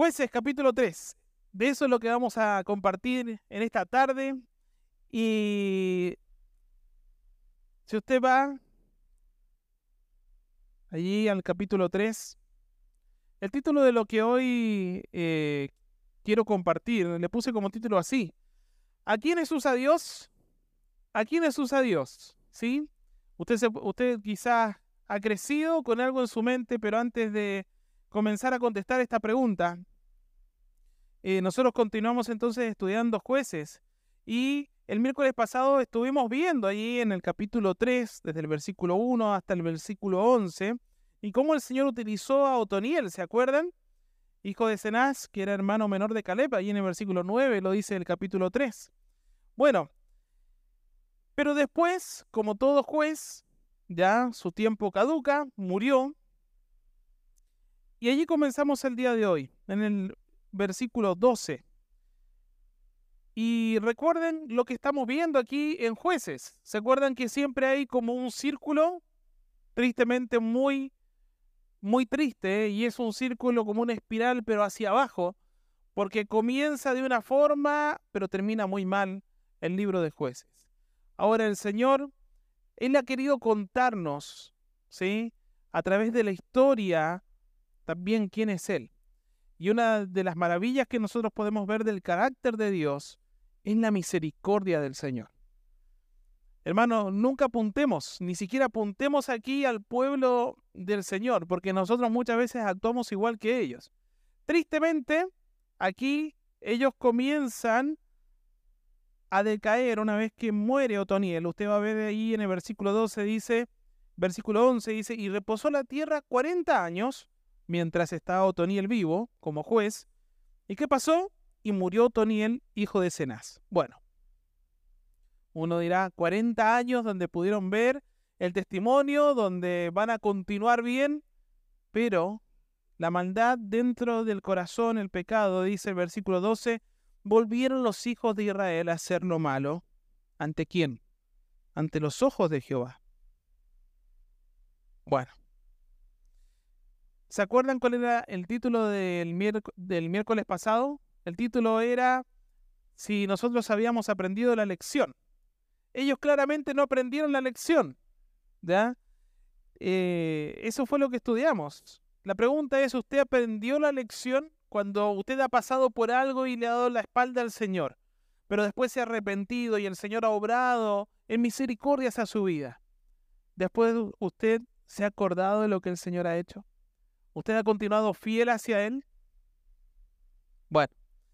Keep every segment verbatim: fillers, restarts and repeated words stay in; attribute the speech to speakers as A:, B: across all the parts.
A: Jueces capítulo tres. De eso es lo que vamos a compartir en esta tarde. Y si usted va allí al capítulo tres, el título de lo que hoy eh, quiero compartir, le puse como título así: ¿a quiénes usa Dios? ¿A quiénes usa Dios? ¿Sí? Usted, se, usted quizás ha crecido con algo en su mente, pero antes de comenzar a contestar esta pregunta, eh, nosotros continuamos entonces estudiando Jueces. Y el miércoles pasado estuvimos viendo allí en el capítulo tres, desde el versículo uno hasta el versículo once, y cómo el Señor utilizó a Otoniel, ¿se acuerdan? Hijo de Cenaz, que era hermano menor de Caleb, allí en el versículo nueve lo dice el capítulo tres. Bueno, pero después, como todo juez, ya su tiempo caduca, murió, y allí comenzamos el día de hoy, en el versículo doce. Y recuerden lo que estamos viendo aquí en Jueces. ¿Se acuerdan que siempre hay como un círculo, tristemente muy, muy triste, ¿eh? Y es un círculo como una espiral, pero hacia abajo, porque comienza de una forma, pero termina muy mal el libro de Jueces. Ahora el Señor, Él ha querido contarnos, ¿sí?, a través de la historia, también quién es Él. Y una de las maravillas que nosotros podemos ver del carácter de Dios es la misericordia del Señor. Hermano, nunca apuntemos, ni siquiera apuntemos aquí al pueblo del Señor, porque nosotros muchas veces actuamos igual que ellos. Tristemente, aquí ellos comienzan a decaer una vez que muere Otoniel. Usted va a ver ahí en el versículo doce, dice, versículo once, dice, y reposó la tierra cuarenta años, mientras estaba Otoniel vivo, como juez. ¿Y qué pasó? Y murió Otoniel, hijo de Cenaz. Bueno, uno dirá, cuarenta años donde pudieron ver el testimonio, donde van a continuar bien, pero la maldad dentro del corazón, el pecado, dice el versículo doce, volvieron los hijos de Israel a hacer lo malo. ¿Ante quién? Ante los ojos de Jehová. Bueno, ¿se acuerdan cuál era el título del, miérc- del miércoles pasado? El título era si nosotros habíamos aprendido la lección. Ellos claramente no aprendieron la lección, ¿ya? Eh, eso fue lo que estudiamos. La pregunta es, ¿usted aprendió la lección cuando usted ha pasado por algo y le ha dado la espalda al Señor, pero después se ha arrepentido y el Señor ha obrado en misericordia hacia su vida? Después usted se ha acordado de lo que el Señor ha hecho. ¿Usted ha continuado fiel hacia Él? Bueno,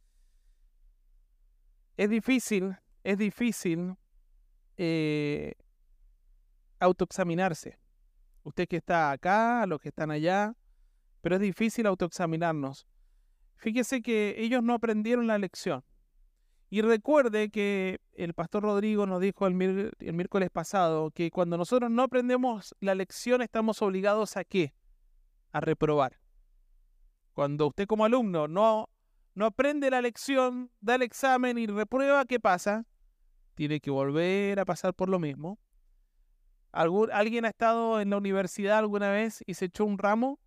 A: es difícil, es difícil eh, autoexaminarse. Usted que está acá, los que están allá, pero es difícil autoexaminarnos. Fíjese que ellos no aprendieron la lección. Y recuerde que el pastor Rodrigo nos dijo el, mier- el miércoles pasado que cuando nosotros no aprendemos la lección estamos obligados ¿a qué? A reprobar. Cuando usted como alumno no, no aprende la lección, da el examen y reprueba, ¿qué pasa? Tiene que volver a pasar por lo mismo. ¿Algún, ¿Alguien ha estado en la universidad alguna vez y se echó un ramo?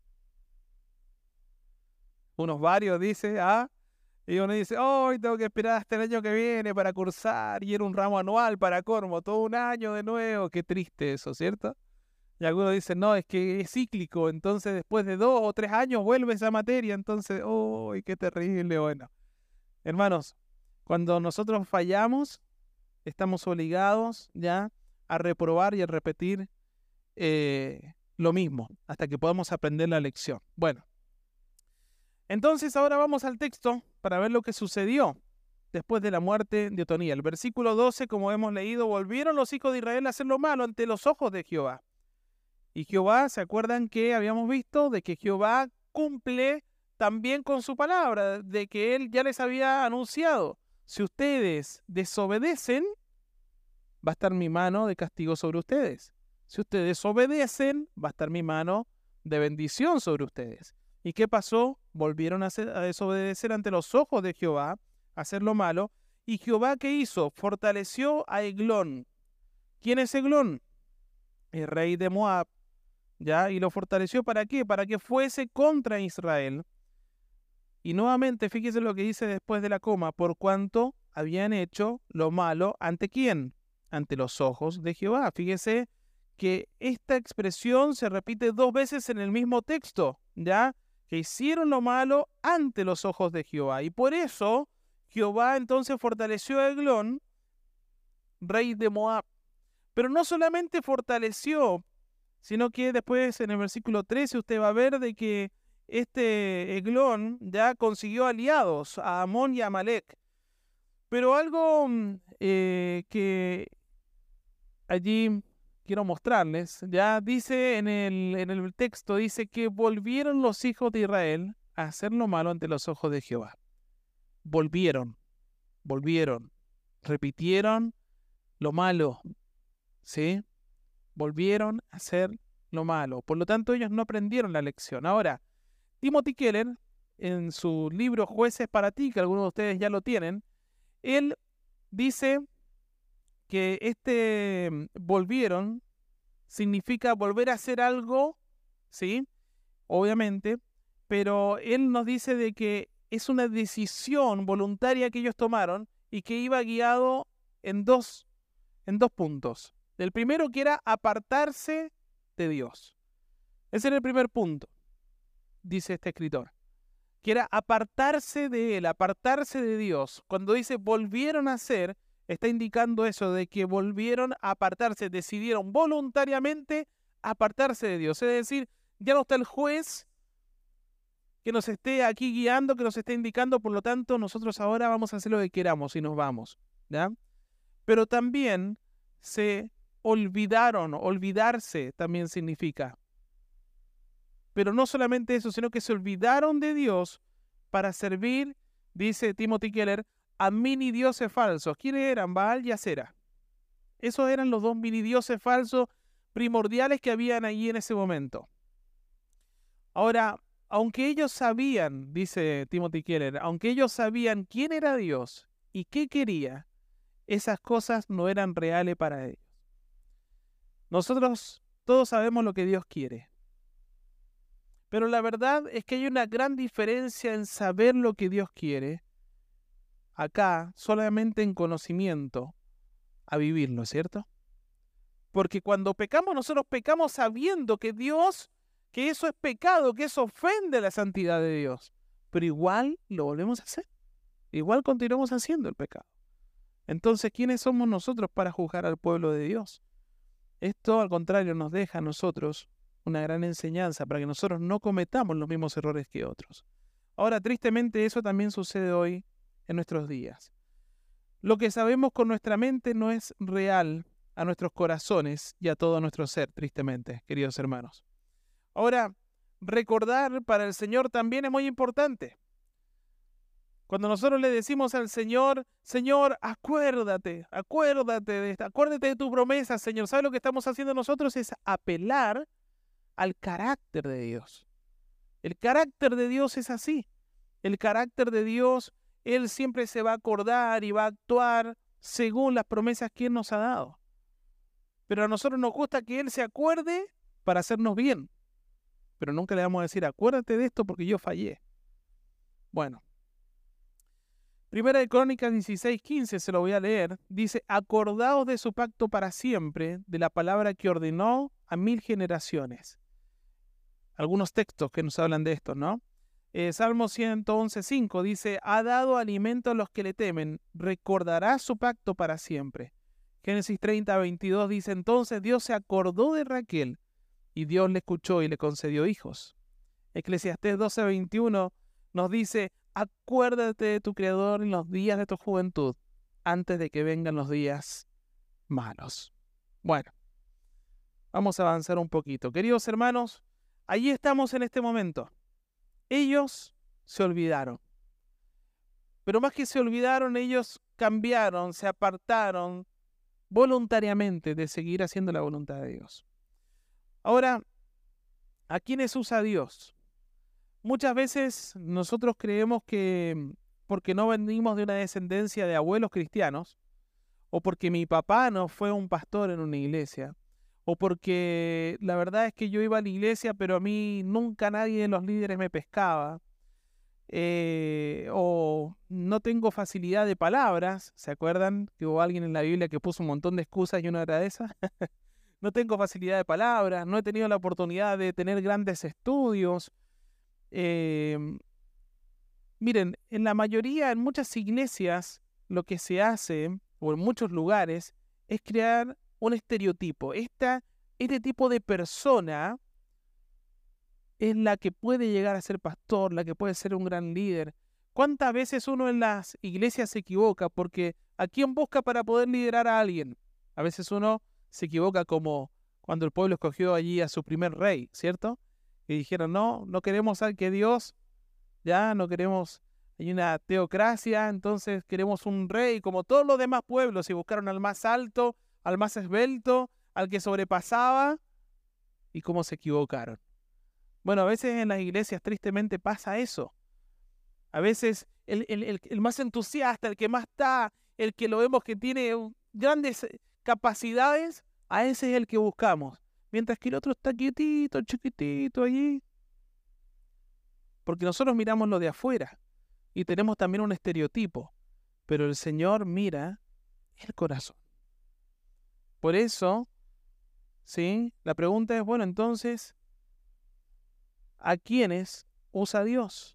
A: Unos varios, dice, ah, y uno dice, hoy tengo que esperar hasta el año que viene para cursar, y era un ramo anual para colmo, todo un año de nuevo, qué triste eso, ¿cierto? Y algunos dicen, no, es que es cíclico, entonces después de dos o tres años vuelve esa materia, entonces, uy, qué terrible, bueno. Hermanos, cuando nosotros fallamos, estamos obligados ya a reprobar y a repetir eh, lo mismo, hasta que podamos aprender la lección. Bueno. Entonces ahora vamos al texto para ver lo que sucedió después de la muerte de Otonía. El versículo doce, como hemos leído, volvieron los hijos de Israel a hacer lo malo ante los ojos de Jehová. Y Jehová, ¿se acuerdan que habíamos visto? De que Jehová cumple también con su palabra, de que Él ya les había anunciado. Si ustedes desobedecen, va a estar mi mano de castigo sobre ustedes. Si ustedes obedecen, va a estar mi mano de bendición sobre ustedes. ¿Y qué pasó? Volvieron a, hacer, a desobedecer ante los ojos de Jehová, a hacer lo malo. ¿Y Jehová qué hizo? Fortaleció a Eglón. ¿Quién es Eglón? El rey de Moab. ¿Ya? ¿Y lo fortaleció para qué? Para que fuese contra Israel. Y nuevamente, fíjese lo que dice después de la coma, por cuanto habían hecho lo malo, ¿ante quién? Ante los ojos de Jehová. Fíjese que esta expresión se repite dos veces en el mismo texto, ¿ya? Que hicieron lo malo ante los ojos de Jehová. Y por eso Jehová entonces fortaleció a Eglón, rey de Moab. Pero no solamente fortaleció, sino que después en el versículo trece usted va a ver de que este Eglón ya consiguió aliados a Amón y a Amalek. Pero algo eh, que allí quiero mostrarles, ya dice en el, en el texto, dice que volvieron los hijos de Israel a hacer lo malo ante los ojos de Jehová. Volvieron, volvieron, repitieron lo malo, ¿sí? Volvieron a hacer lo malo. Por lo tanto, ellos no aprendieron la lección. Ahora, Timothy Keller, en su libro Jueces para ti, que algunos de ustedes ya lo tienen, él dice que este volvieron significa volver a hacer algo, ¿sí? Obviamente, pero él nos dice de que es una decisión voluntaria que ellos tomaron y que iba guiado en dos, en dos puntos. El primero que era apartarse de Dios. Ese era el primer punto, dice este escritor, que era apartarse de él, apartarse de Dios. Cuando dice volvieron a hacer, está indicando eso, de que volvieron a apartarse, decidieron voluntariamente apartarse de Dios. Es decir, ya no está el juez que nos esté aquí guiando, que nos esté indicando, por lo tanto, nosotros ahora vamos a hacer lo que queramos y nos vamos, ¿ya? Pero también se olvidaron, olvidarse también significa. Pero no solamente eso, sino que se olvidaron de Dios para servir, dice Timothy Keller, a mini dioses falsos. ¿Quiénes eran? Baal y Acera. Esos eran los dos mini dioses falsos primordiales que habían allí en ese momento. Ahora, aunque ellos sabían, dice Timothy Keller, aunque ellos sabían quién era Dios y qué quería, esas cosas no eran reales para ellos. Nosotros todos sabemos lo que Dios quiere. Pero la verdad es que hay una gran diferencia en saber lo que Dios quiere, acá solamente en conocimiento, a vivirlo, ¿cierto? Porque cuando pecamos, nosotros pecamos sabiendo que Dios, que eso es pecado, que eso ofende la santidad de Dios. Pero igual lo volvemos a hacer. Igual continuamos haciendo el pecado. Entonces, ¿quiénes somos nosotros para juzgar al pueblo de Dios? Esto, al contrario, nos deja a nosotros una gran enseñanza para que nosotros no cometamos los mismos errores que otros. Ahora, tristemente, eso también sucede hoy en nuestros días. Lo que sabemos con nuestra mente no es real a nuestros corazones y a todo nuestro ser, tristemente, queridos hermanos. Ahora, recordar para el Señor también es muy importante. Cuando nosotros le decimos al Señor, Señor, acuérdate, acuérdate de esta, acuérdate de tu promesa, Señor. ¿Sabes lo que estamos haciendo nosotros? Es apelar al carácter de Dios. El carácter de Dios es así. El carácter de Dios, Él siempre se va a acordar y va a actuar según las promesas que Él nos ha dado. Pero a nosotros nos gusta que Él se acuerde para hacernos bien. Pero nunca le vamos a decir, acuérdate de esto porque yo fallé. Bueno. Primera de Crónicas dieciséis quince, se lo voy a leer. Dice, acordaos de su pacto para siempre, de la palabra que ordenó a mil generaciones. Algunos textos que nos hablan de esto, ¿no? Eh, Salmo ciento once cinco dice, ha dado alimento a los que le temen, recordará su pacto para siempre. Génesis treinta veintidós dice, entonces Dios se acordó de Raquel y Dios le escuchó y le concedió hijos. Eclesiastés doce veintiuno nos dice, acuérdate de tu Creador en los días de tu juventud, antes de que vengan los días malos. Bueno, vamos a avanzar un poquito. Queridos hermanos, allí estamos en este momento. Ellos se olvidaron. Pero más que se olvidaron, ellos cambiaron, se apartaron voluntariamente de seguir haciendo la voluntad de Dios. Ahora, ¿a quiénes usa Dios? Muchas veces nosotros creemos que porque no venimos de una descendencia de abuelos cristianos, o porque mi papá no fue un pastor en una iglesia, o porque la verdad es que yo iba a la iglesia, pero a mí nunca nadie de los líderes me pescaba. eh, o no tengo facilidad de palabras. ¿Se acuerdan que hubo alguien en la Biblia que puso un montón de excusas y una era de esas? No tengo facilidad de palabras, no he tenido la oportunidad de tener grandes estudios. Eh, miren, en la mayoría, en muchas iglesias, lo que se hace, o en muchos lugares, es crear un estereotipo. Esta, este tipo de persona es la que puede llegar a ser pastor, la que puede ser un gran líder. ¿Cuántas veces uno en las iglesias se equivoca? Porque ¿a quién busca para poder liderar a alguien? A veces uno se equivoca como cuando el pueblo escogió allí a su primer rey, ¿cierto? Y dijeron, no, no queremos a que Dios, ya no queremos, hay una teocracia, entonces queremos un rey como todos los demás pueblos, y buscaron al más alto, al más esbelto, al que sobrepasaba, y cómo se equivocaron. Bueno, a veces en las iglesias tristemente pasa eso. A veces el, el, el, el más entusiasta, el que más está, el que lo vemos que tiene grandes capacidades, a ese es el que buscamos. Mientras que el otro está quietito, chiquitito allí. Porque nosotros miramos lo de afuera y tenemos también un estereotipo. Pero el Señor mira el corazón. Por eso, ¿sí? La pregunta es, bueno, entonces, ¿a quiénes usa Dios?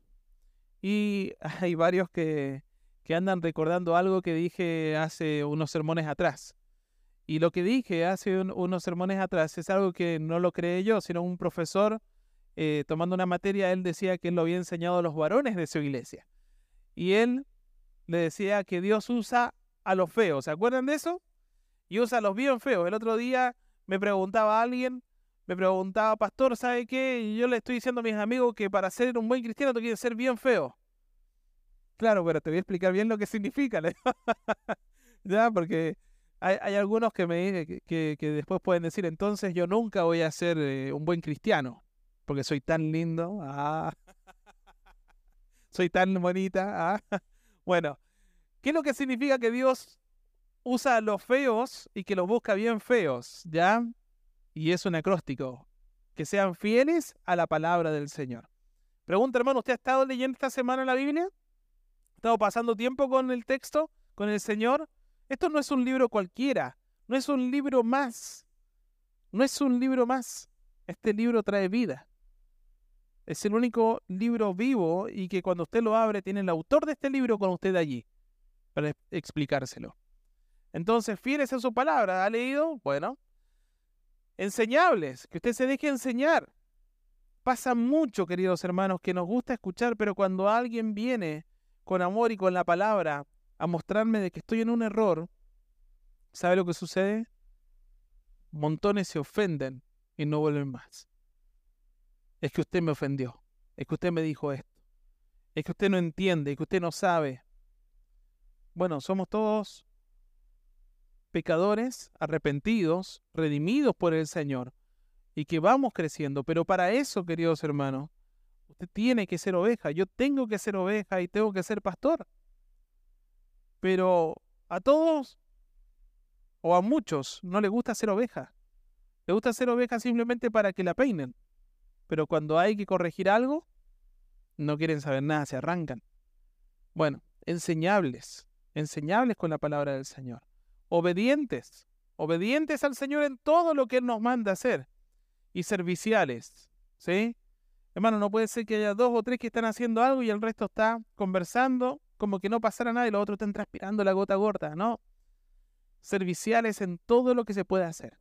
A: Y hay varios que, que andan recordando algo que dije hace unos sermones atrás. Y lo que dije hace un, unos sermones atrás es algo que no lo creé yo, sino un profesor eh, tomando una materia, él decía que él lo había enseñado a los varones de su iglesia. Y él le decía que Dios usa a los feos. ¿Se acuerdan de eso? Y usa a los bien feos. El otro día me preguntaba a alguien, me preguntaba, pastor, ¿sabe qué? Y yo le estoy diciendo a mis amigos que para ser un buen cristiano tú quieres ser bien feo. Claro, pero te voy a explicar bien lo que significa. Ya, porque hay, hay algunos que me dicen que, que, que después pueden decir, entonces yo nunca voy a ser eh, un buen cristiano, porque soy tan lindo, ah, soy tan bonita. Ah. Bueno, ¿qué es lo que significa que Dios usa a los feos y que los busca bien feos? ¿Ya? Y es un acróstico, que sean fieles a la palabra del Señor. Pregunta, hermano, ¿usted ha estado leyendo esta semana la Biblia? ¿Ha estado pasando tiempo con el texto, con el Señor? Esto no es un libro cualquiera, no es un libro más, no es un libro más. Este libro trae vida. Es el único libro vivo y que cuando usted lo abre tiene el autor de este libro con usted allí para explicárselo. Entonces, fieles a su palabra. ¿Ha leído? Bueno. Enseñables, que usted se deje enseñar. Pasa mucho, queridos hermanos, que nos gusta escuchar, pero cuando alguien viene con amor y con la palabra a mostrarme de que estoy en un error, ¿sabe lo que sucede? Montones se ofenden y no vuelven más. Es que usted me ofendió, es que usted me dijo esto, es que usted no entiende, es que usted no sabe. Bueno, somos todos pecadores, arrepentidos, redimidos por el Señor, y que vamos creciendo, pero para eso, queridos hermanos, usted tiene que ser oveja, yo tengo que ser oveja y tengo que ser pastor. Pero a todos o a muchos no les gusta ser oveja. Les gusta ser oveja simplemente para que la peinen. Pero cuando hay que corregir algo, no quieren saber nada, se arrancan. Bueno, enseñables, enseñables con la palabra del Señor. Obedientes, obedientes al Señor en todo lo que Él nos manda hacer. Y serviciales, ¿sí? Hermano, no puede ser que haya dos o tres que están haciendo algo y el resto está conversando como que no pasara nada y los otros están transpirando la gota gorda, ¿no? Serviciales en todo lo que se puede hacer.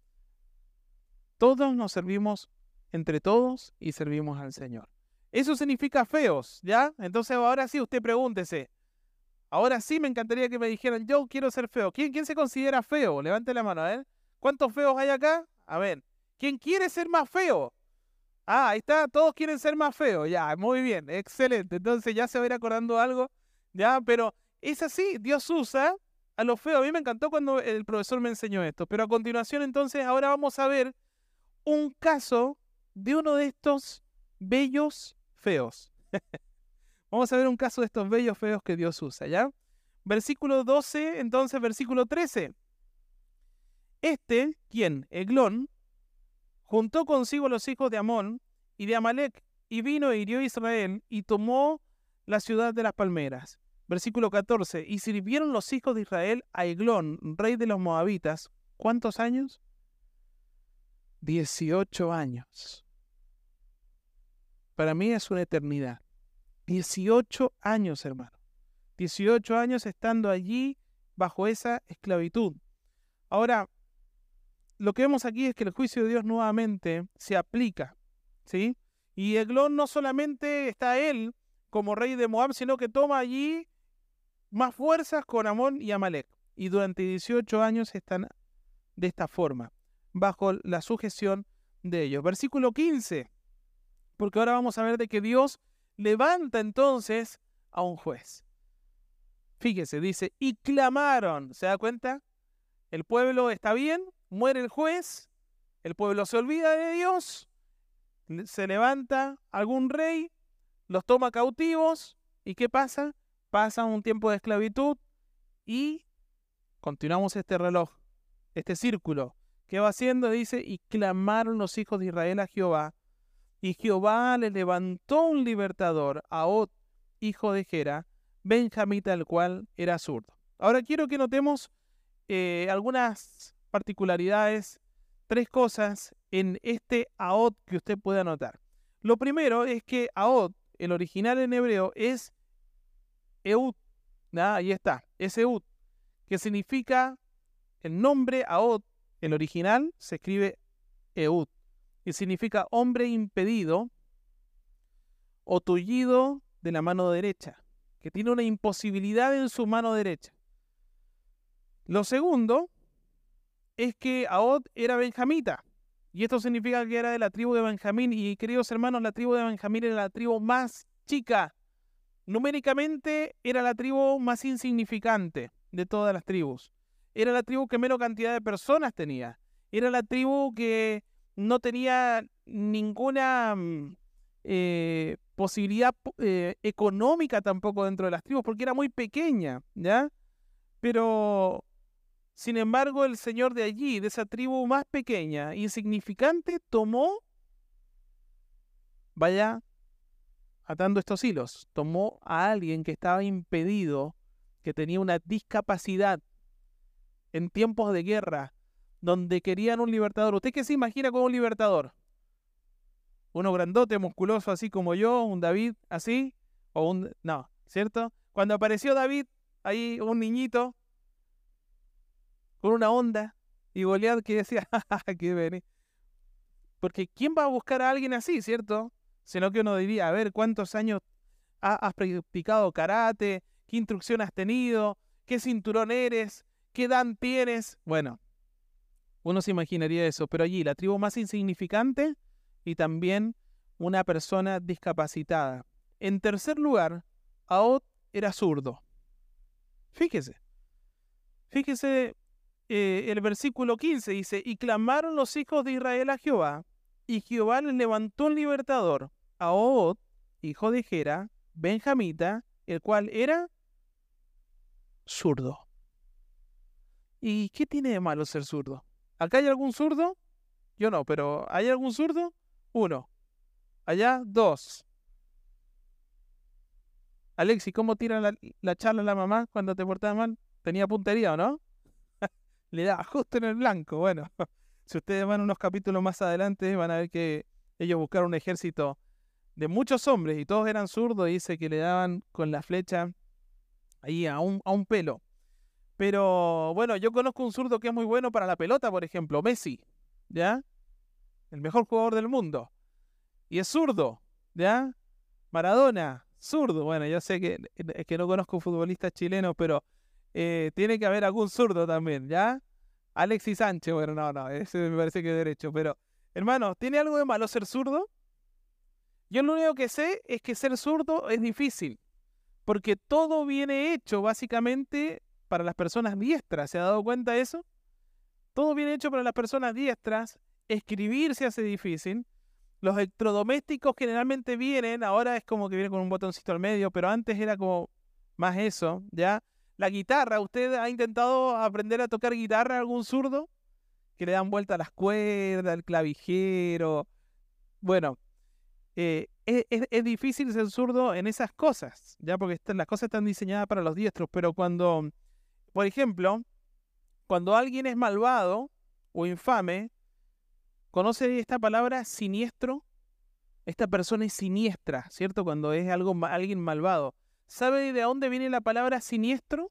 A: Todos nos servimos entre todos y servimos al Señor. Eso significa feos, ¿ya? Entonces ahora sí, usted pregúntese. Ahora sí me encantaría que me dijeran, yo quiero ser feo. ¿Quién, quién se considera feo? Levante la mano, a ver. ¿Cuántos feos hay acá? A ver. ¿Quién quiere ser más feo? Ah, ahí está, todos quieren ser más feos. Ya, muy bien, excelente. Entonces ya se va a ir acordando algo, ya, pero es así, Dios usa a los feos. A mí me encantó cuando el profesor me enseñó esto, pero a continuación entonces ahora vamos a ver un caso de uno de estos bellos feos. Vamos a ver un caso de estos bellos feos que Dios usa, ¿ya? Versículo doce, entonces versículo trece. Este, ¿quién? Eglón, juntó consigo a los hijos de Amón y de Amalec, y vino e hirió a Israel, y tomó la ciudad de las palmeras. Versículo catorce. Y sirvieron los hijos de Israel a Eglón, rey de los moabitas. ¿Cuántos años? dieciocho años. Para mí es una eternidad. dieciocho años, hermano. dieciocho años estando allí bajo esa esclavitud. Ahora, lo que vemos aquí es que el juicio de Dios nuevamente se aplica, ¿sí? Y Eglón no solamente está él como rey de Moab, sino que toma allí más fuerzas con Amón y Amalek. Y durante dieciocho años están de esta forma, bajo la sujeción de ellos. Versículo quince, porque ahora vamos a ver de que Dios levanta entonces a un juez. Fíjese, dice, y clamaron, ¿se da cuenta? El pueblo está bien, muere el juez, el pueblo se olvida de Dios, se levanta algún rey, los toma cautivos, ¿y qué pasa? Pasa un tiempo de esclavitud y continuamos este reloj, este círculo. ¿Qué va haciendo? Dice, y clamaron los hijos de Israel a Jehová, y Jehová le levantó un libertador, a Od, hijo de Gera, benjamita, el cual era zurdo. Ahora quiero que notemos eh, algunas particularidades, tres cosas en este Aod que usted puede anotar. Lo primero es que Aod, el original en hebreo, es Eud. ¿Ah? Ahí está, es Eud, que significa el nombre Aod, el original se escribe Eud, y significa hombre impedido o tullido de la mano derecha, que tiene una imposibilidad en su mano derecha. Lo segundo es que Aod era benjamita, y esto significa que era de la tribu de Benjamín, y queridos hermanos, la tribu de Benjamín era la tribu más chica. Numéricamente era la tribu más insignificante de todas las tribus. Era la tribu que menos cantidad de personas tenía. Era la tribu que no tenía ninguna eh, posibilidad eh, económica tampoco dentro de las tribus, porque era muy pequeña, ¿ya? Pero, sin embargo, el Señor de allí, de esa tribu más pequeña, insignificante, tomó, vaya, atando estos hilos, tomó a alguien que estaba impedido, que tenía una discapacidad en tiempos de guerra, donde querían un libertador. ¿Usted qué se imagina como un libertador? Uno grandote, musculoso, así como yo, un David, así, o un... No, ¿cierto? Cuando apareció David, ahí un niñito, con una onda, y Goliat que decía, jajaja, que vení. Porque ¿quién va a buscar a alguien así, cierto? Sino que uno diría, a ver, ¿cuántos años has practicado karate? ¿Qué instrucción has tenido? ¿Qué cinturón eres? ¿Qué dan tienes? Bueno, uno se imaginaría eso, pero allí la tribu más insignificante y también una persona discapacitada. En tercer lugar, Aod era zurdo. Fíjese, fíjese eh, el versículo quince dice, y clamaron los hijos de Israel a Jehová, y Jehová les levantó un libertador, a Aod, hijo de Gera, benjamita, el cual era zurdo. ¿Y qué tiene de malo ser zurdo? ¿Acá hay algún zurdo? Yo no, pero ¿hay algún zurdo? Uno. Allá, dos. Alexi, ¿cómo tira la, la charla a la mamá cuando te portabas mal? ¿Tenía puntería o no? Le daba justo en el blanco. Bueno, si ustedes van unos capítulos más adelante, van a ver que ellos buscaron un ejército de muchos hombres y todos eran zurdos, y dice que le daban con la flecha ahí a un, a un pelo. Pero bueno, yo conozco un zurdo que es muy bueno para la pelota, por ejemplo, Messi, ¿ya? El mejor jugador del mundo. Y es zurdo, ¿ya? Maradona, zurdo. Bueno, yo sé que es que no conozco futbolistas chilenos, pero eh, tiene que haber algún zurdo también, ¿ya? Alexis Sánchez, bueno, no, no, ese me parece que es derecho, pero hermano, ¿tiene algo de malo ser zurdo? Yo lo único que sé es que ser zurdo es difícil, porque todo viene hecho básicamente para las personas diestras. ¿Se ha dado cuenta de eso? Todo viene hecho para las personas diestras. Escribir se hace difícil. Los electrodomésticos generalmente vienen, ahora es como que viene con un botoncito al medio, pero antes era como más eso, ¿ya? La guitarra, ¿usted ha intentado aprender a tocar guitarra algún zurdo? Que le dan vuelta a las cuerdas, el clavijero. Bueno, eh, es, es- es difícil ser zurdo en esas cosas, ya porque están- las cosas están diseñadas para los diestros, pero cuando, por ejemplo, cuando alguien es malvado o infame, ¿conoce esta palabra siniestro? Esta persona es siniestra, ¿cierto? Cuando es algo, ma- alguien malvado. ¿Sabe de dónde viene la palabra siniestro?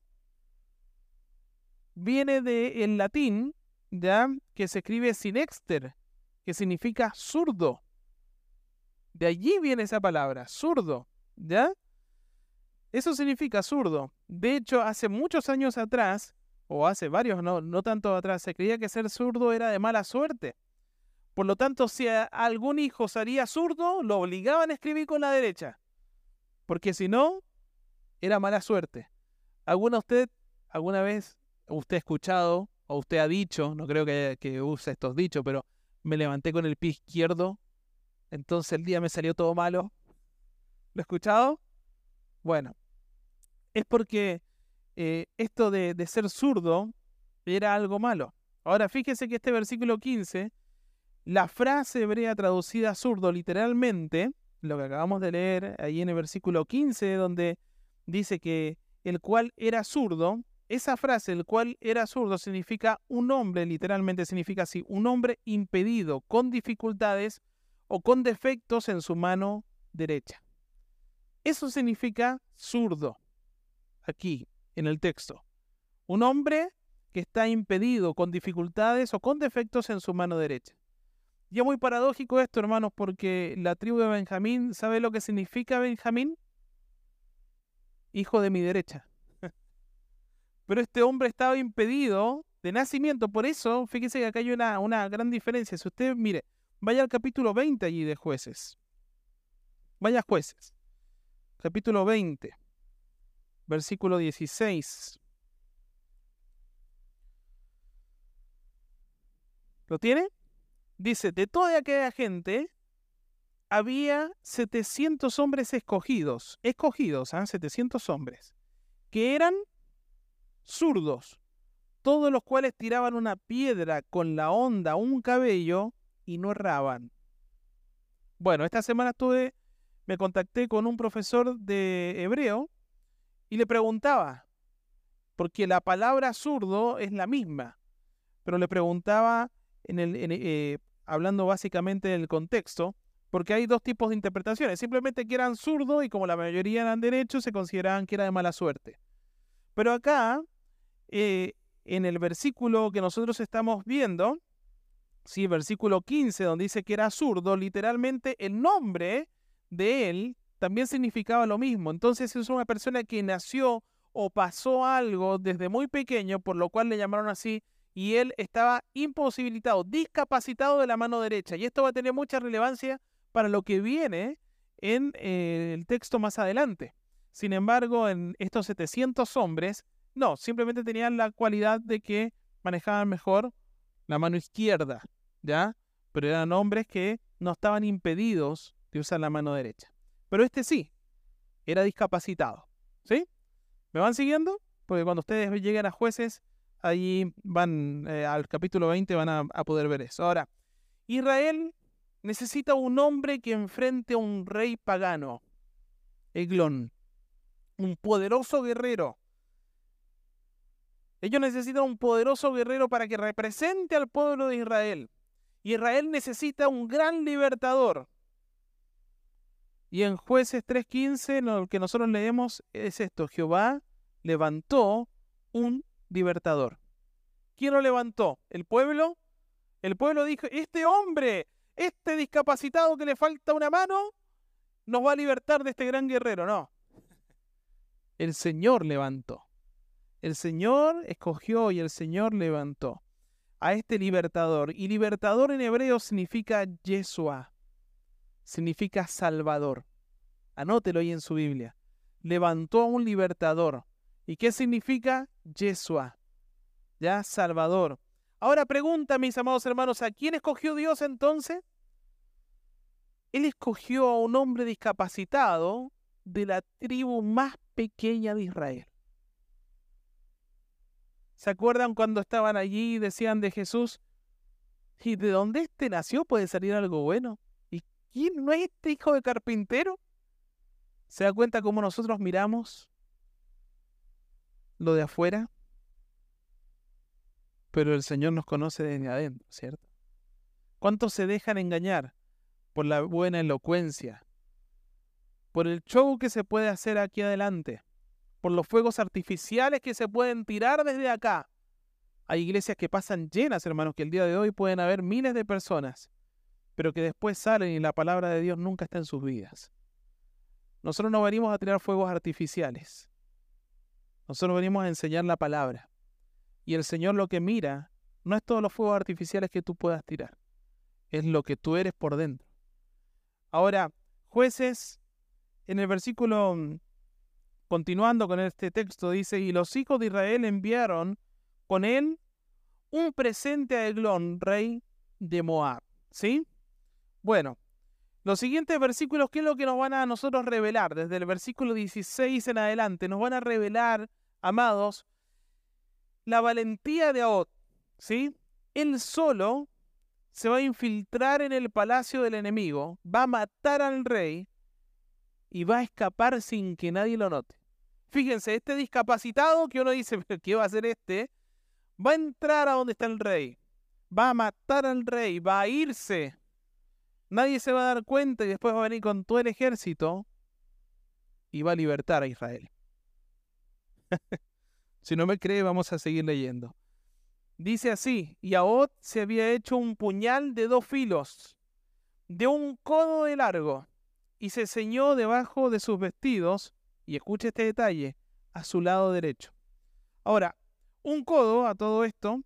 A: Viene del latín, ¿ya? Que se escribe sinexter, que significa zurdo. De allí viene esa palabra, zurdo, ¿ya? Eso significa zurdo. De hecho, hace muchos años atrás, o hace varios, no, no tanto atrás, se creía que ser zurdo era de mala suerte. Por lo tanto, si a- algún hijo salía zurdo, lo obligaban a escribir con la derecha, porque si no, era mala suerte. ¿Alguna usted, alguna vez usted ha escuchado o usted ha dicho, no creo que, que use estos dichos, pero me levanté con el pie izquierdo, entonces el día me salió todo malo? ¿Lo he escuchado? Bueno, es porque eh, esto de, de ser zurdo era algo malo. Ahora fíjese que este versículo quince, la frase hebrea traducida zurdo literalmente, lo que acabamos de leer ahí en el versículo quince, donde dice que el cual era zurdo, esa frase, el cual era zurdo, significa un hombre, literalmente significa así, un hombre impedido, con dificultades o con defectos en su mano derecha. Eso significa zurdo, aquí, en el texto. Un hombre que está impedido, con dificultades o con defectos en su mano derecha. Y es muy paradójico esto, hermanos, porque la tribu de Benjamín, ¿sabe lo que significa Benjamín? Hijo de mi derecha. Pero este hombre estaba impedido de nacimiento. Por eso, fíjese que acá hay una, una gran diferencia. Si usted, mire, vaya al capítulo veinte allí de Jueces. Vaya a Jueces. Capítulo veinte, versículo dieciséis. ¿Lo tiene? Dice, de toda aquella gente había setecientos hombres escogidos, escogidos, ¿ah? setecientos hombres, que eran zurdos, todos los cuales tiraban una piedra con la honda, un cabello, y no erraban. Bueno, esta semana estuve, me contacté con un profesor de hebreo y le preguntaba, porque la palabra zurdo es la misma, pero le preguntaba, en el, en, eh, hablando básicamente del contexto, porque hay dos tipos de interpretaciones. Simplemente que eran zurdos y como la mayoría eran derechos, se consideraban que era de mala suerte. Pero acá, eh, en el versículo que nosotros estamos viendo, sí, versículo quince, donde dice que era zurdo, literalmente el nombre de él también significaba lo mismo. Entonces es una persona que nació o pasó algo desde muy pequeño, por lo cual le llamaron así, y él estaba imposibilitado, discapacitado de la mano derecha. Y esto va a tener mucha relevancia para lo que viene en eh, el texto más adelante. Sin embargo, en estos setecientos hombres, no, simplemente tenían la cualidad de que manejaban mejor la mano izquierda, ¿ya? Pero eran hombres que no estaban impedidos de usar la mano derecha. Pero este sí, era discapacitado, ¿sí? ¿Me van siguiendo? Porque cuando ustedes lleguen a Jueces, ahí van eh, al capítulo veinte, van a, a poder ver eso. Ahora, Israel necesita un hombre que enfrente a un rey pagano, Eglón, un poderoso guerrero. Ellos necesitan un poderoso guerrero para que represente al pueblo de Israel. Israel necesita un gran libertador. Y en Jueces tres quince lo que nosotros leemos es esto: Jehová levantó un libertador. ¿Quién lo levantó? ¿El pueblo? El pueblo dijo, este hombre, este discapacitado que le falta una mano, nos va a libertar de este gran guerrero. No, el Señor levantó. El Señor escogió y el Señor levantó a este libertador. Y libertador en hebreo significa Yeshua, significa salvador. Anótelo ahí en su Biblia. Levantó a un libertador. ¿Y qué significa Yeshua? Ya, salvador. Ahora pregunta, mis amados hermanos, ¿a quién escogió Dios entonces? Él escogió a un hombre discapacitado de la tribu más pequeña de Israel. ¿Se acuerdan cuando estaban allí y decían de Jesús, ¿y de dónde éste nació puede salir algo bueno? ¿Y ¿quién no es este hijo de carpintero? ¿Se da cuenta cómo nosotros miramos lo de afuera? Pero el Señor nos conoce desde adentro, ¿cierto? ¿Cuántos se dejan engañar por la buena elocuencia, por el show que se puede hacer aquí adelante, por los fuegos artificiales que se pueden tirar desde acá? Hay iglesias que pasan llenas, hermanos, que el día de hoy pueden haber miles de personas, pero que después salen y la palabra de Dios nunca está en sus vidas. Nosotros no venimos a tirar fuegos artificiales. Nosotros venimos a enseñar la palabra. Y el Señor lo que mira no es todos los fuegos artificiales que tú puedas tirar, es lo que tú eres por dentro. Ahora, Jueces, en el versículo, continuando con este texto, dice: y los hijos de Israel enviaron con él un presente a Eglón, rey de Moab. ¿Sí? Bueno, los siguientes versículos, ¿qué es lo que nos van a nosotros revelar? Desde el versículo dieciséis en adelante, nos van a revelar, amados, la valentía de Ahod, ¿sí? Él solo se va a infiltrar en el palacio del enemigo, va a matar al rey y va a escapar sin que nadie lo note. Fíjense, este discapacitado que uno dice, ¿pero qué va a hacer este? Va a entrar a donde está el rey, va a matar al rey, va a irse. Nadie se va a dar cuenta y después va a venir con todo el ejército y va a libertar a Israel. Si no me cree, vamos a seguir leyendo. Dice así: y Ahod se había hecho un puñal de dos filos, de un codo de largo, y se ceñó debajo de sus vestidos, y escuche este detalle, a su lado derecho. Ahora, un codo a todo esto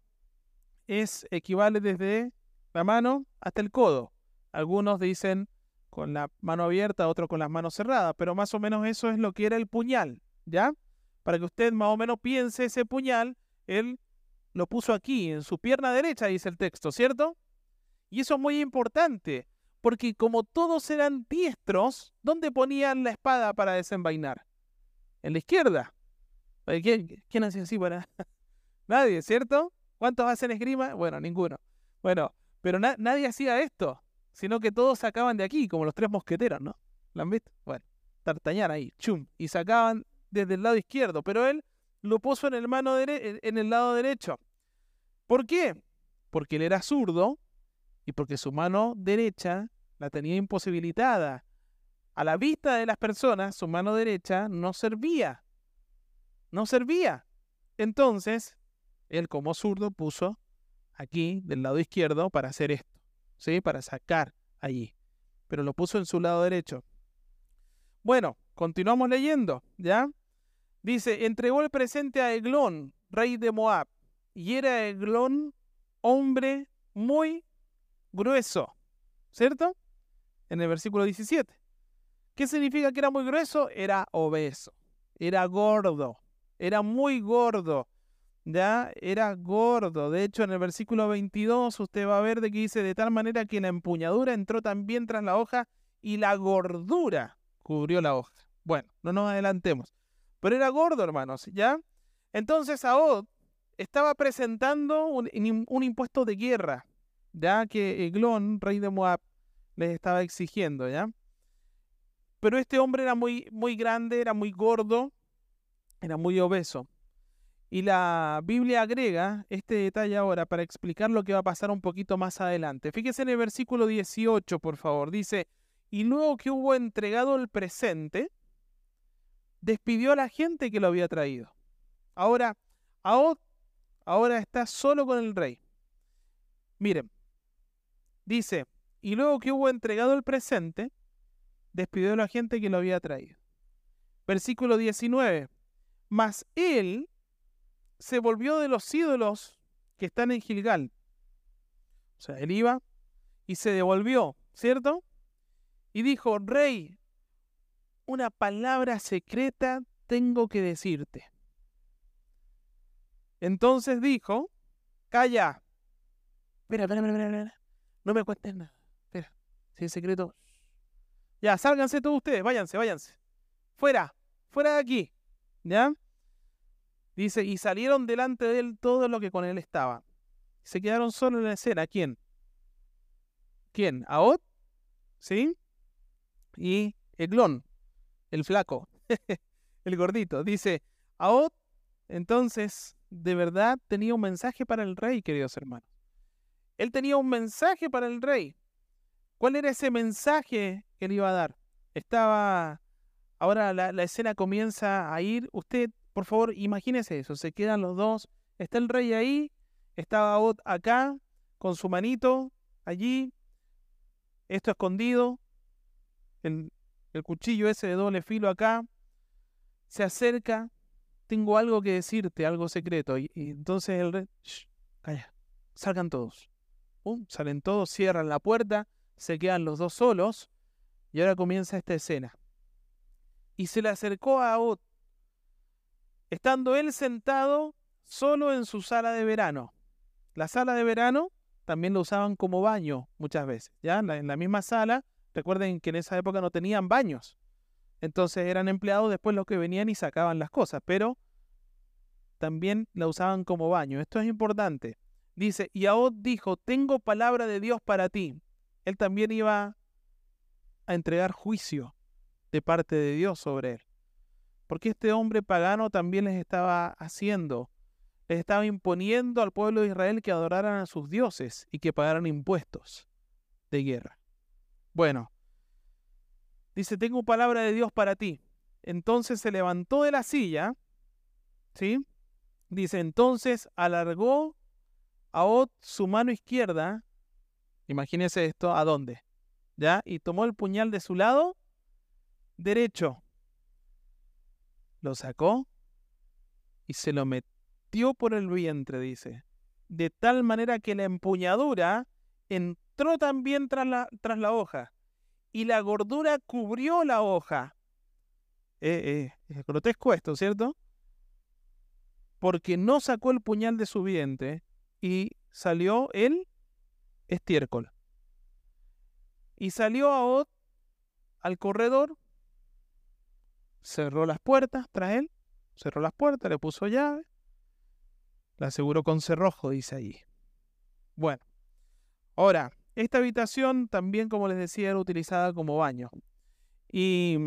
A: es equivale desde la mano hasta el codo. Algunos dicen con la mano abierta, otros con las manos cerradas, pero más o menos eso es lo que era el puñal, ¿ya? Para que usted más o menos piense ese puñal, él lo puso aquí, en su pierna derecha, dice el texto, ¿cierto? Y eso es muy importante, porque como todos eran diestros, ¿dónde ponían la espada para desenvainar? En la izquierda. ¿Quién, quién hacía así para...? Nadie, ¿cierto? ¿Cuántos hacen esgrima? Bueno, ninguno. Bueno, pero na nadie hacía esto, sino que todos sacaban de aquí, como los tres mosqueteros, ¿no? ¿Lo han visto? Bueno, D'Artagnan ahí, chum, y sacaban desde el lado izquierdo, pero él lo puso en el, mano dere en el lado derecho. ¿Por qué? Porque él era zurdo y porque su mano derecha la tenía imposibilitada. A la vista de las personas, su mano derecha no servía. No servía. Entonces, él como zurdo puso aquí del lado izquierdo para hacer esto, ¿sí? Para sacar allí. Pero lo puso en su lado derecho. Bueno, continuamos leyendo, ¿ya? Dice: entregó el presente a Eglón, rey de Moab, y era Eglón hombre muy grueso, ¿cierto? En el versículo diecisiete. ¿Qué significa que era muy grueso? Era obeso, era gordo, era muy gordo, ¿ya? Era gordo. De hecho, en el versículo veintidós usted va a ver de que dice: de tal manera que la empuñadura entró también tras la hoja y la gordura cubrió la hoja. Bueno, no nos adelantemos. Pero era gordo, hermanos, ¿ya? Entonces Ahod estaba presentando un, un impuesto de guerra, ya que Eglón, rey de Moab, les estaba exigiendo, ¿ya? Pero este hombre era muy, muy grande, era muy gordo, era muy obeso. Y la Biblia agrega este detalle ahora para explicar lo que va a pasar un poquito más adelante. Fíjese en el versículo dieciocho, por favor. Dice: y luego que hubo entregado el presente, despidió a la gente que lo había traído. Ahora, Ahod ahora está solo con el rey. Miren, dice: y luego que hubo entregado el presente, despidió a la gente que lo había traído. Versículo diecinueve. Mas él se volvió de los ídolos que están en Gilgal. O sea, él iba y se devolvió, ¿cierto? Y dijo: rey, una palabra secreta tengo que decirte. Entonces dijo: calla. Espera, espera, espera, espera. No me cuentes nada. Espera, si es secreto. Ya, sálganse todos ustedes, váyanse, váyanse. Fuera, fuera de aquí. ¿Ya? Dice: y salieron delante de él todos los que con él estaban. Se quedaron solos en la escena. ¿Quién? ¿Quién? ¿Ahod? ¿sí? Y Eglón, el flaco, el gordito, dice, Ahod, entonces, de verdad tenía un mensaje para el rey, queridos hermanos. Él tenía un mensaje para el rey. ¿Cuál era ese mensaje que él iba a dar? Estaba, ahora la, la escena comienza a ir. Usted, por favor, imagínese eso. Se quedan los dos. Está el rey ahí, estaba Ahod acá, con su manito allí, esto escondido, el, el cuchillo ese de doble filo acá. Se acerca, tengo algo que decirte, algo secreto. Y, y entonces el rey, shh, calla, salgan todos. Pum, salen todos, cierran la puerta, se quedan los dos solos, y ahora comienza esta escena. Y se le acercó a Ahod, estando él sentado solo en su sala de verano. La sala de verano también lo usaban como baño muchas veces, ¿ya? En la, en la misma sala, recuerden que en esa época no tenían baños. Entonces eran empleados después los que venían y sacaban las cosas, pero también la usaban como baño. Esto es importante. Dice, y Ahod dijo, tengo palabra de Dios para ti. Él también iba a entregar juicio de parte de Dios sobre él. Porque este hombre pagano también les estaba haciendo, les estaba imponiendo al pueblo de Israel que adoraran a sus dioses y que pagaran impuestos de guerra. Bueno, dice, tengo palabra de Dios para ti. Entonces se levantó de la silla, ¿sí? Dice, entonces alargó Ahod su mano izquierda, imagínese esto, ¿a dónde? ¿Ya? Y tomó el puñal de su lado derecho, lo sacó y se lo metió por el vientre, dice, de tal manera que la empuñadura entró también tras la, tras la hoja, y la gordura cubrió la hoja. Eh, eh, es grotesco esto, ¿cierto? Porque no sacó el puñal de su vientre y salió el estiércol. Y salió Ahod al corredor, cerró las puertas tras él, cerró las puertas, le puso llave, la aseguró con cerrojo, dice allí. Bueno, ahora, esta habitación también, como les decía, era utilizada como baño. Y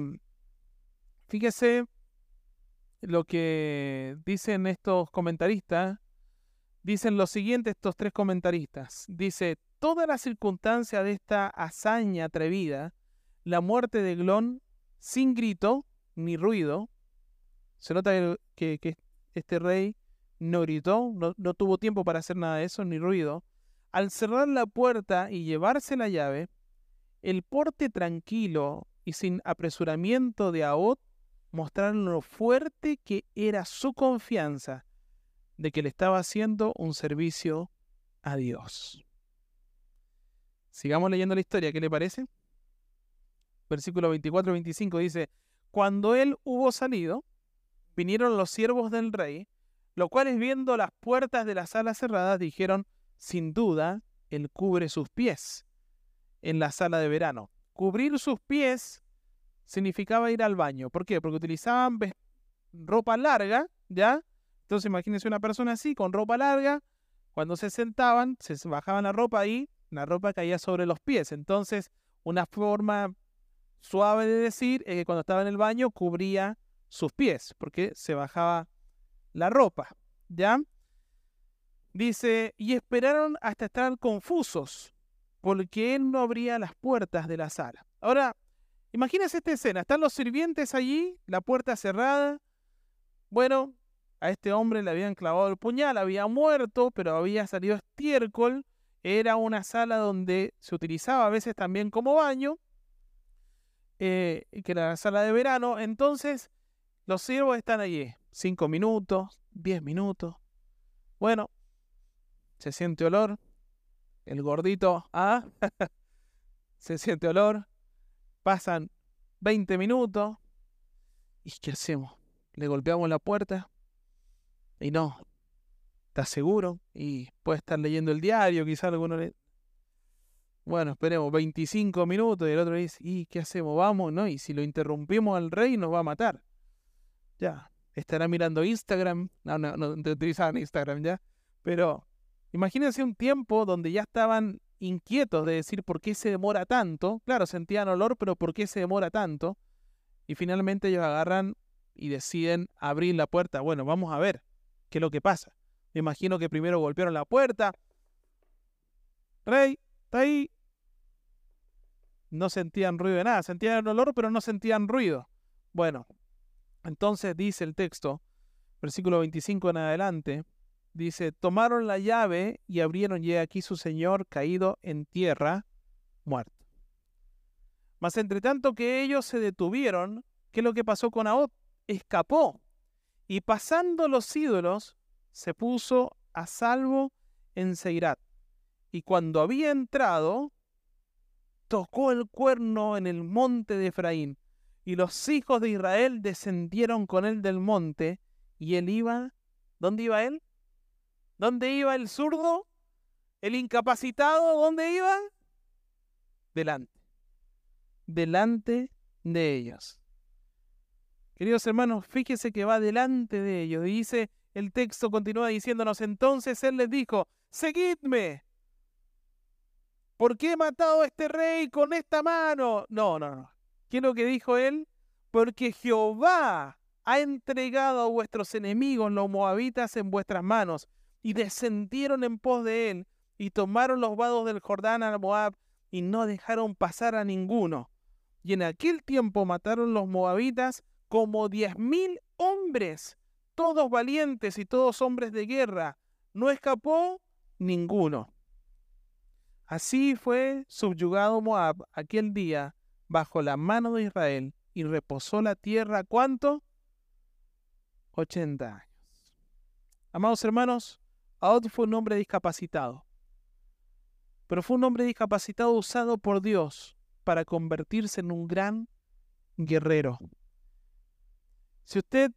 A: fíjese lo que dicen estos comentaristas. Dicen lo siguiente estos tres comentaristas. Dice, toda la circunstancia de esta hazaña atrevida, la muerte de Eglón, sin grito ni ruido. Se nota que, que este rey no gritó, no, no tuvo tiempo para hacer nada de eso, ni ruido. Al cerrar la puerta y llevarse la llave, el porte tranquilo y sin apresuramiento de Ahod mostraron lo fuerte que era su confianza de que le estaba haciendo un servicio a Dios. Sigamos leyendo la historia, ¿qué le parece? Versículo veinticuatro veinticinco dice, cuando él hubo salido, vinieron los siervos del rey, los cuales viendo las puertas de la sala cerradas, dijeron, sin duda, él cubre sus pies en la sala de verano. Cubrir sus pies significaba ir al baño. ¿Por qué? Porque utilizaban ropa larga, ¿ya? Entonces imagínense una persona así, con ropa larga, cuando se sentaban, se bajaban la ropa y la ropa caía sobre los pies. Entonces, una forma suave de decir es que cuando estaba en el baño cubría sus pies, porque se bajaba la ropa, ¿ya? Dice, y esperaron hasta estar confusos, porque él no abría las puertas de la sala. Ahora, imagínense esta escena, están los sirvientes allí, la puerta cerrada. Bueno, a este hombre le habían clavado el puñal, había muerto, pero había salido estiércol. Era una sala donde se utilizaba a veces también como baño, eh, que era la sala de verano. Entonces, los siervos están allí, cinco minutos, diez minutos. Bueno, se siente olor. El gordito, ah, se siente olor. Pasan veinte minutos. ¿Y qué hacemos? Le golpeamos la puerta. Y no, ¿estás seguro? Y puede estar leyendo el diario, quizás alguno le... Bueno, esperemos veinticinco minutos y el otro dice, ¿y qué hacemos? Vamos, ¿no? Y si lo interrumpimos al rey nos va a matar. Ya, estará mirando Instagram. No, no, no, no utilizaban Instagram ya. Pero imagínense un tiempo donde ya estaban inquietos de decir por qué se demora tanto. Claro, sentían olor, pero ¿por qué se demora tanto? Y finalmente ellos agarran y deciden abrir la puerta. Bueno, vamos a ver qué es lo que pasa. Me imagino que primero golpearon la puerta. Rey, ¿está ahí? No sentían ruido de nada. Sentían olor, pero no sentían ruido. Bueno, entonces dice el texto, versículo veinticinco en adelante, dice, tomaron la llave y abrieron, y he aquí su señor caído en tierra, muerto. Mas entre tanto que ellos se detuvieron, ¿qué es lo que pasó con Ahod? Escapó, y pasando los ídolos, se puso a salvo en Seirat. Y cuando había entrado, tocó el cuerno en el monte de Efraín. Y los hijos de Israel descendieron con él del monte, y él iba, ¿dónde iba él? ¿Dónde iba el zurdo? ¿El incapacitado? ¿Dónde iba? Delante. Delante de ellos. Queridos hermanos, fíjese que va delante de ellos. Y dice, el texto continúa diciéndonos, entonces él les dijo, seguidme. ¿Por qué he matado a este rey con esta mano? No, no, no. ¿Qué es lo que dijo él? Porque Jehová ha entregado a vuestros enemigos, los moabitas, en vuestras manos. Y descendieron en pos de él, y tomaron los vados del Jordán a Moab, y no dejaron pasar a ninguno. Y en aquel tiempo mataron los moabitas como diez mil hombres, todos valientes y todos hombres de guerra. No escapó ninguno. Así fue subyugado Moab aquel día bajo la mano de Israel, y reposó la tierra, ¿cuánto? ochenta años. Amados hermanos, Ahod fue un hombre discapacitado, pero fue un hombre discapacitado usado por Dios para convertirse en un gran guerrero. Si usted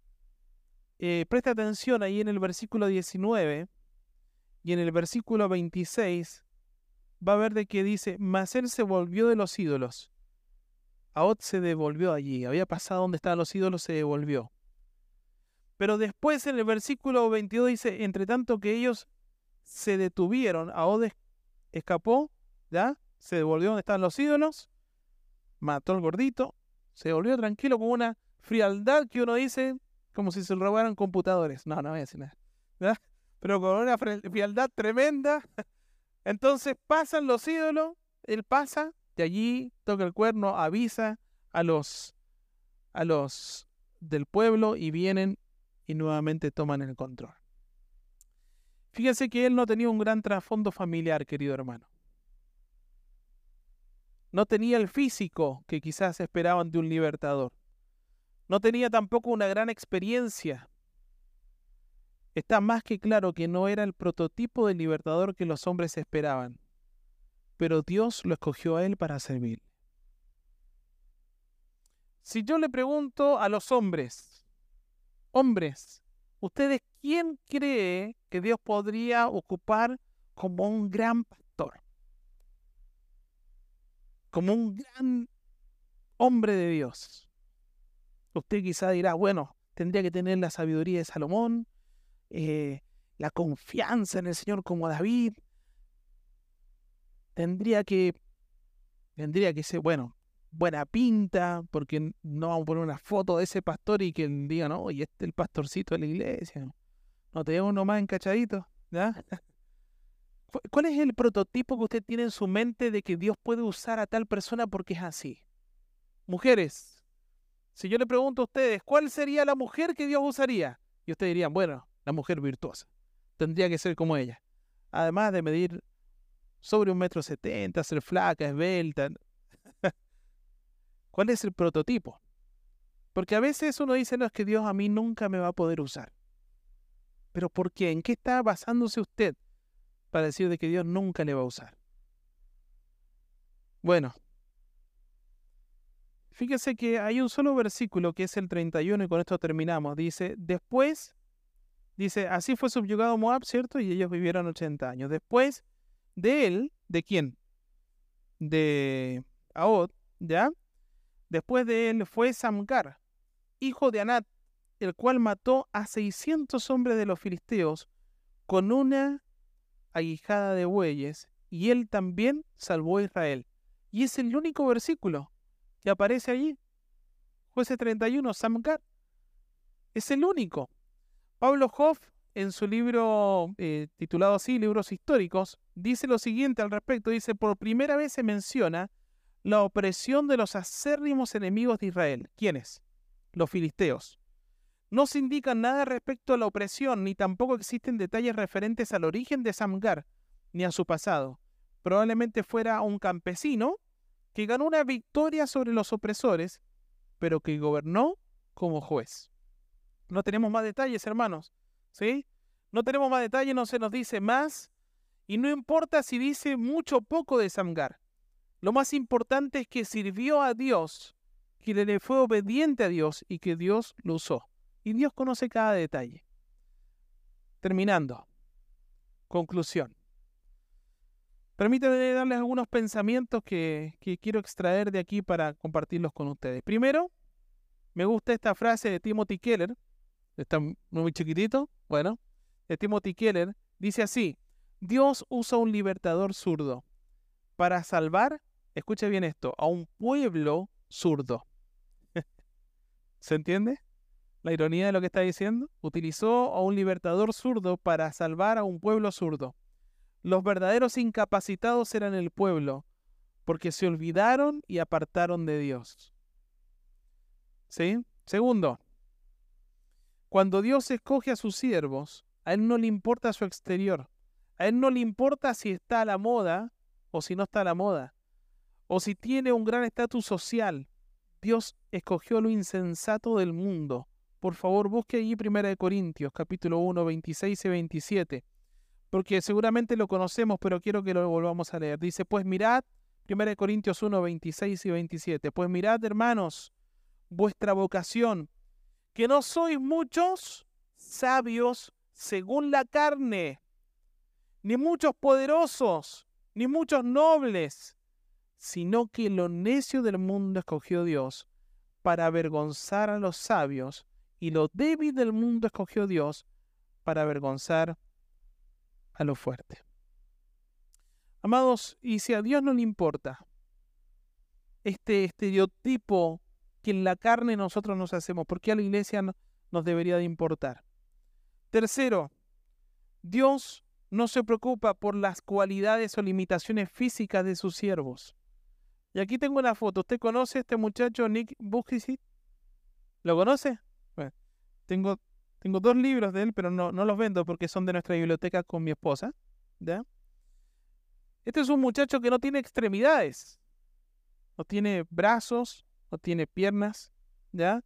A: eh, presta atención ahí en el versículo diecinueve y en el versículo veintiséis, va a ver de que dice, mas él se volvió de los ídolos. Ahod se devolvió allí, había pasado donde estaban los ídolos, se devolvió. Pero después en el versículo veintidós dice, entre tanto que ellos se detuvieron, Ahod escapó, ¿ya? Se devolvió donde estaban los ídolos, mató al gordito, se devolvió tranquilo con una frialdad que uno dice como si se robaran computadores. No, no voy a decir nada, ¿verdad? Pero con una frialdad tremenda. Entonces pasan los ídolos, él pasa, de allí toca el cuerno, avisa a los, a los del pueblo y vienen y nuevamente toman el control. Fíjense que él no tenía un gran trasfondo familiar, querido hermano. No tenía el físico que quizás esperaban de un libertador. No tenía tampoco una gran experiencia. Está más que claro que no era el prototipo del libertador que los hombres esperaban. Pero Dios lo escogió a él para servir. Si yo le pregunto a los hombres, hombres, ¿ustedes quién cree que Dios podría ocupar como un gran pastor? Como un gran hombre de Dios. Usted quizá dirá, bueno, tendría que tener la sabiduría de Salomón, eh, la confianza en el Señor como David. Tendría que, tendría que ser, bueno, buena pinta, porque no vamos a poner una foto de ese pastor y que diga, no, y este es el pastorcito de la iglesia. No, no tenemos uno más encachadito, ¿ya? ¿Cuál es el prototipo que usted tiene en su mente de que Dios puede usar a tal persona porque es así? Mujeres, si yo le pregunto a ustedes, ¿cuál sería la mujer que Dios usaría? Y ustedes dirían, bueno, la mujer virtuosa. Tendría que ser como ella. Además de medir sobre un metro setenta, ser flaca, esbelta. ¿Cuál es el prototipo? Porque a veces uno dice, no, es que Dios a mí nunca me va a poder usar. ¿Pero por qué? ¿En qué está basándose usted para decir de que Dios nunca le va a usar? Bueno, fíjese que hay un solo versículo que es el treinta y uno y con esto terminamos. Dice, después, dice, así fue subyugado Moab, ¿cierto? Y ellos vivieron ochenta años. Después de él, ¿de quién? De Ahod, ¿ya? Después de él fue Samgar, hijo de Anat, el cual mató a seiscientos hombres de los filisteos con una aguijada de bueyes y él también salvó a Israel. Y es el único versículo que aparece allí. Jueces treinta y uno, Samgar. Es el único. Pablo Hoff, en su libro eh, titulado así, Libros Históricos, dice lo siguiente al respecto. Dice, por primera vez se menciona la opresión de los acérrimos enemigos de Israel. ¿Quiénes? Los filisteos. No se indica nada respecto a la opresión, ni tampoco existen detalles referentes al origen de Samgar, ni a su pasado. Probablemente fuera un campesino que ganó una victoria sobre los opresores, pero que gobernó como juez. No tenemos más detalles, hermanos, ¿sí? No tenemos más detalles, no se nos dice más, y no importa si dice mucho o poco de Samgar. Lo más importante es que sirvió a Dios, que le fue obediente a Dios y que Dios lo usó. Y Dios conoce cada detalle. Terminando. Conclusión. Permítanme darles algunos pensamientos que, que quiero extraer de aquí para compartirlos con ustedes. Primero, me gusta esta frase de Timothy Keller. Está muy chiquitito. Bueno, de Timothy Keller. Dice así: Dios usa un libertador zurdo para salvar, escuche bien esto, a un pueblo zurdo. ¿Se entiende la ironía de lo que está diciendo? Utilizó a un libertador zurdo para salvar a un pueblo zurdo. Los verdaderos incapacitados eran el pueblo, porque se olvidaron y apartaron de Dios. ¿Sí? Segundo, cuando Dios escoge a sus siervos, a Él no le importa su exterior. A Él no le importa si está a la moda o si no está a la moda, o si tiene un gran estatus social. Dios escogió lo insensato del mundo. Por favor, busque allí primera de Corintios, capítulo uno, veintiséis y veintisiete. Porque seguramente lo conocemos, pero quiero que lo volvamos a leer. Dice, pues mirad, primera de Corintios uno, veintiséis y veintisiete. Pues mirad, hermanos, vuestra vocación, que no sois muchos sabios según la carne, ni muchos poderosos, ni muchos nobles, sino que lo necio del mundo escogió Dios para avergonzar a los sabios, y lo débil del mundo escogió Dios para avergonzar a lo fuerte. Amados, y si a Dios no le importa este estereotipo que en la carne nosotros nos hacemos, ¿por qué a la iglesia no, nos debería de importar? Tercero, Dios no se preocupa por las cualidades o limitaciones físicas de sus siervos. Y aquí tengo una foto. ¿Usted conoce a este muchacho Nick Vujicic? ¿Lo conoce? Bueno, tengo, tengo dos libros de él, pero no, no los vendo porque son de nuestra biblioteca con mi esposa. ¿Ya? Este es un muchacho que no tiene extremidades. No tiene brazos, no tiene piernas, ¿ya?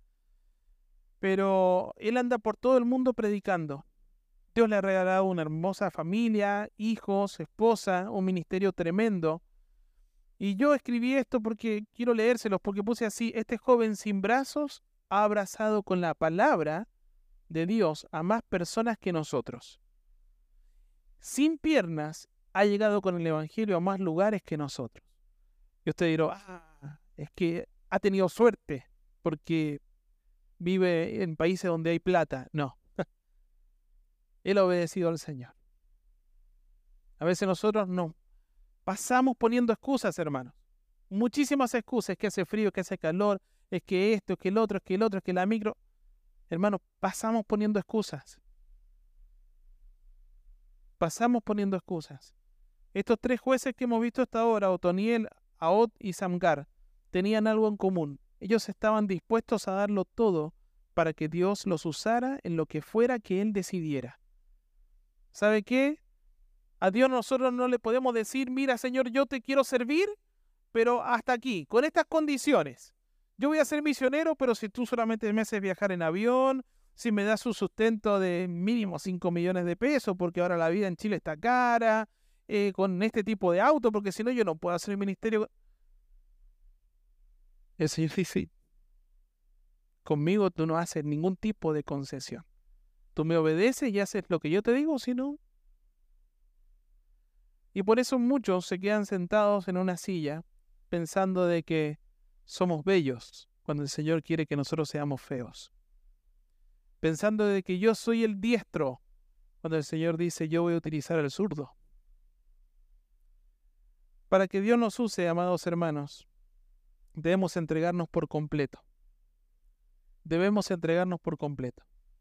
A: Pero él anda por todo el mundo predicando. Dios le ha regalado una hermosa familia, hijos, esposa, un ministerio tremendo. Y yo escribí esto porque quiero leérselos, porque puse así: este joven sin brazos ha abrazado con la palabra de Dios a más personas que nosotros. Sin piernas ha llegado con el evangelio a más lugares que nosotros. Y usted dirá, ah, es que ha tenido suerte porque vive en países donde hay plata. No. Él ha obedecido al Señor. A veces nosotros no pasamos poniendo excusas, hermanos. Muchísimas excusas. Es que hace frío, es que hace calor, es que esto, es que el otro, es que el otro, es que la micro. Hermanos, pasamos poniendo excusas. Pasamos poniendo excusas. Estos tres jueces que hemos visto hasta ahora, Otoniel, Ahod y Samgar, tenían algo en común. Ellos estaban dispuestos a darlo todo para que Dios los usara en lo que fuera que Él decidiera. ¿Sabe qué? A Dios nosotros no le podemos decir, mira, Señor, yo te quiero servir, pero hasta aquí, con estas condiciones. Yo voy a ser misionero, pero si tú solamente me haces viajar en avión, si me das un sustento de mínimo cinco millones de pesos, porque ahora la vida en Chile está cara, eh, con este tipo de auto, porque si no yo no puedo hacer el ministerio. El Señor dice, conmigo tú no haces ningún tipo de concesión. Tú me obedeces y haces lo que yo te digo, si no. Y por eso muchos se quedan sentados en una silla pensando de que somos bellos cuando el Señor quiere que nosotros seamos feos. Pensando de que yo soy el diestro cuando el Señor dice yo voy a utilizar el zurdo. Para que Dios nos use, amados hermanos, debemos entregarnos por completo. Debemos entregarnos por completo.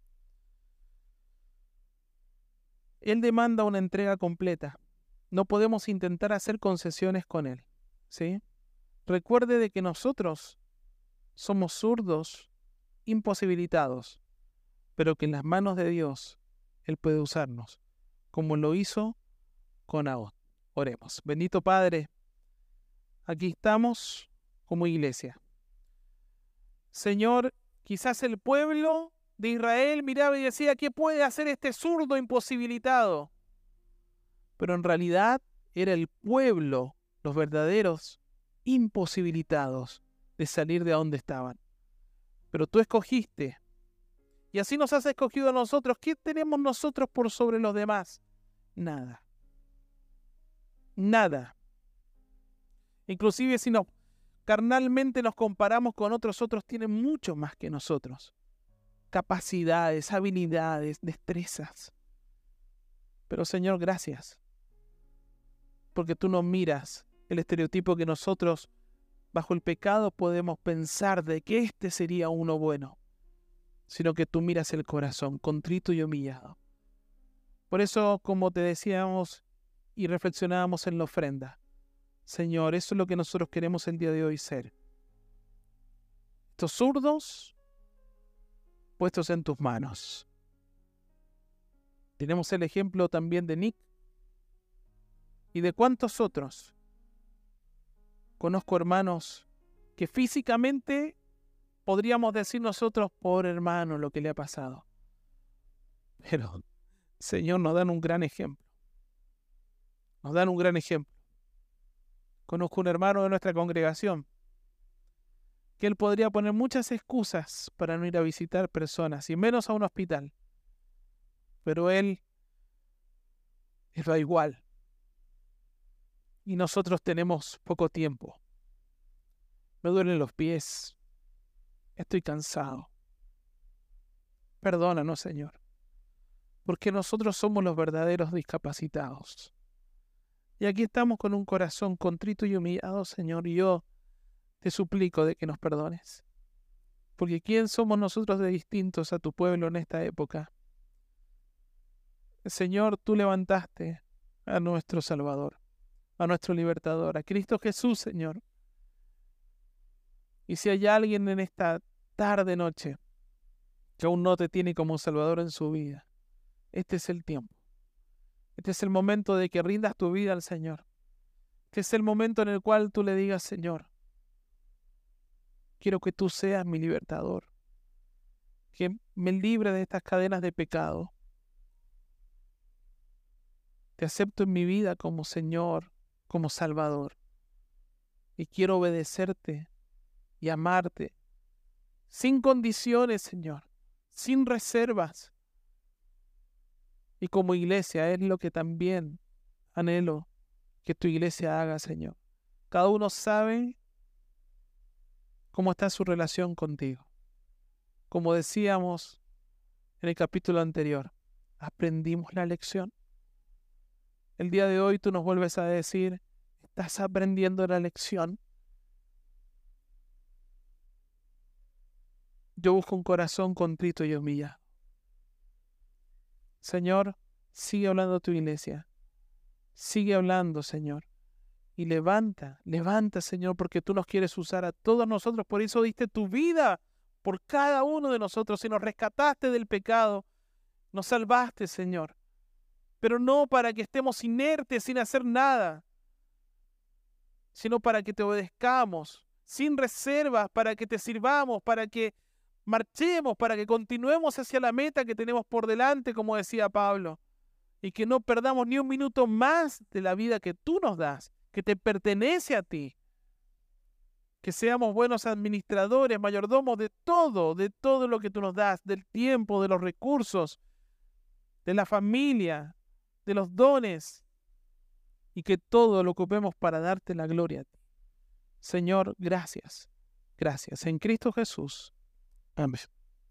A: Él demanda una entrega completa. No podemos intentar hacer concesiones con Él, ¿sí? Recuerde de que nosotros somos zurdos, imposibilitados, pero que en las manos de Dios Él puede usarnos, como lo hizo con Ahod. Oremos. Bendito Padre, aquí estamos como iglesia. Señor, quizás el pueblo de Israel miraba y decía, ¿qué puede hacer este zurdo imposibilitado? Pero en realidad era el pueblo, los verdaderos imposibilitados de salir de donde estaban. Pero tú escogiste, y así nos has escogido a nosotros. ¿Qué tenemos nosotros por sobre los demás? Nada. Nada. Inclusive si nos carnalmente nos comparamos con otros, otros tienen mucho más que nosotros. Capacidades, habilidades, destrezas. Pero Señor, gracias. Porque tú no miras el estereotipo que nosotros, bajo el pecado, podemos pensar de que este sería uno bueno, sino que tú miras el corazón, contrito y humillado. Por eso, como te decíamos y reflexionábamos en la ofrenda, Señor, eso es lo que nosotros queremos el día de hoy ser. Estos zurdos puestos en tus manos. Tenemos el ejemplo también de Nick y de cuántos otros. Conozco hermanos que físicamente podríamos decir nosotros, pobre hermano, lo que le ha pasado. Pero, Señor, nos dan un gran ejemplo. Nos dan un gran ejemplo. Conozco un hermano de nuestra congregación que él podría poner muchas excusas para no ir a visitar personas, y menos a un hospital. Pero él, él va igual. Y nosotros tenemos poco tiempo. Me duelen los pies. Estoy cansado. Perdónanos, Señor. Porque nosotros somos los verdaderos discapacitados. Y aquí estamos con un corazón contrito y humillado, Señor, y yo te suplico de que nos perdones. Porque ¿quién somos nosotros de distintos a tu pueblo en esta época? Señor, tú levantaste a nuestro Salvador, a nuestro Libertador, a Cristo Jesús, Señor. Y si hay alguien en esta tarde, noche, que aún no te tiene como Salvador en su vida, este es el tiempo. Este es el momento de que rindas tu vida al Señor. Este es el momento en el cual tú le digas, Señor, quiero que tú seas mi libertador, que me libre de estas cadenas de pecado. Te acepto en mi vida como Señor, como Salvador, y quiero obedecerte y amarte sin condiciones, Señor, sin reservas. Y como iglesia es lo que también anhelo que tu iglesia haga, Señor. Cada uno sabe cómo está su relación contigo. Como decíamos en el capítulo anterior, aprendimos la lección. El día de hoy tú nos vuelves a decir, ¿estás aprendiendo la lección? Yo busco un corazón contrito y humillado. Señor, sigue hablando a tu iglesia. Sigue hablando, Señor. Y levanta, levanta, Señor, porque tú nos quieres usar a todos nosotros. Por eso diste tu vida por cada uno de nosotros y nos rescataste del pecado. Nos salvaste, Señor. Pero no para que estemos inertes sin hacer nada, sino para que te obedezcamos, sin reservas, para que te sirvamos, para que marchemos, para que continuemos hacia la meta que tenemos por delante, como decía Pablo, y que no perdamos ni un minuto más de la vida que tú nos das, que te pertenece a ti. Que seamos buenos administradores, mayordomos de todo, de todo lo que tú nos das, del tiempo, de los recursos, de la familia, de los dones, y que todo lo ocupemos para darte la gloria a ti. Señor, gracias, gracias. En Cristo Jesús. Amén.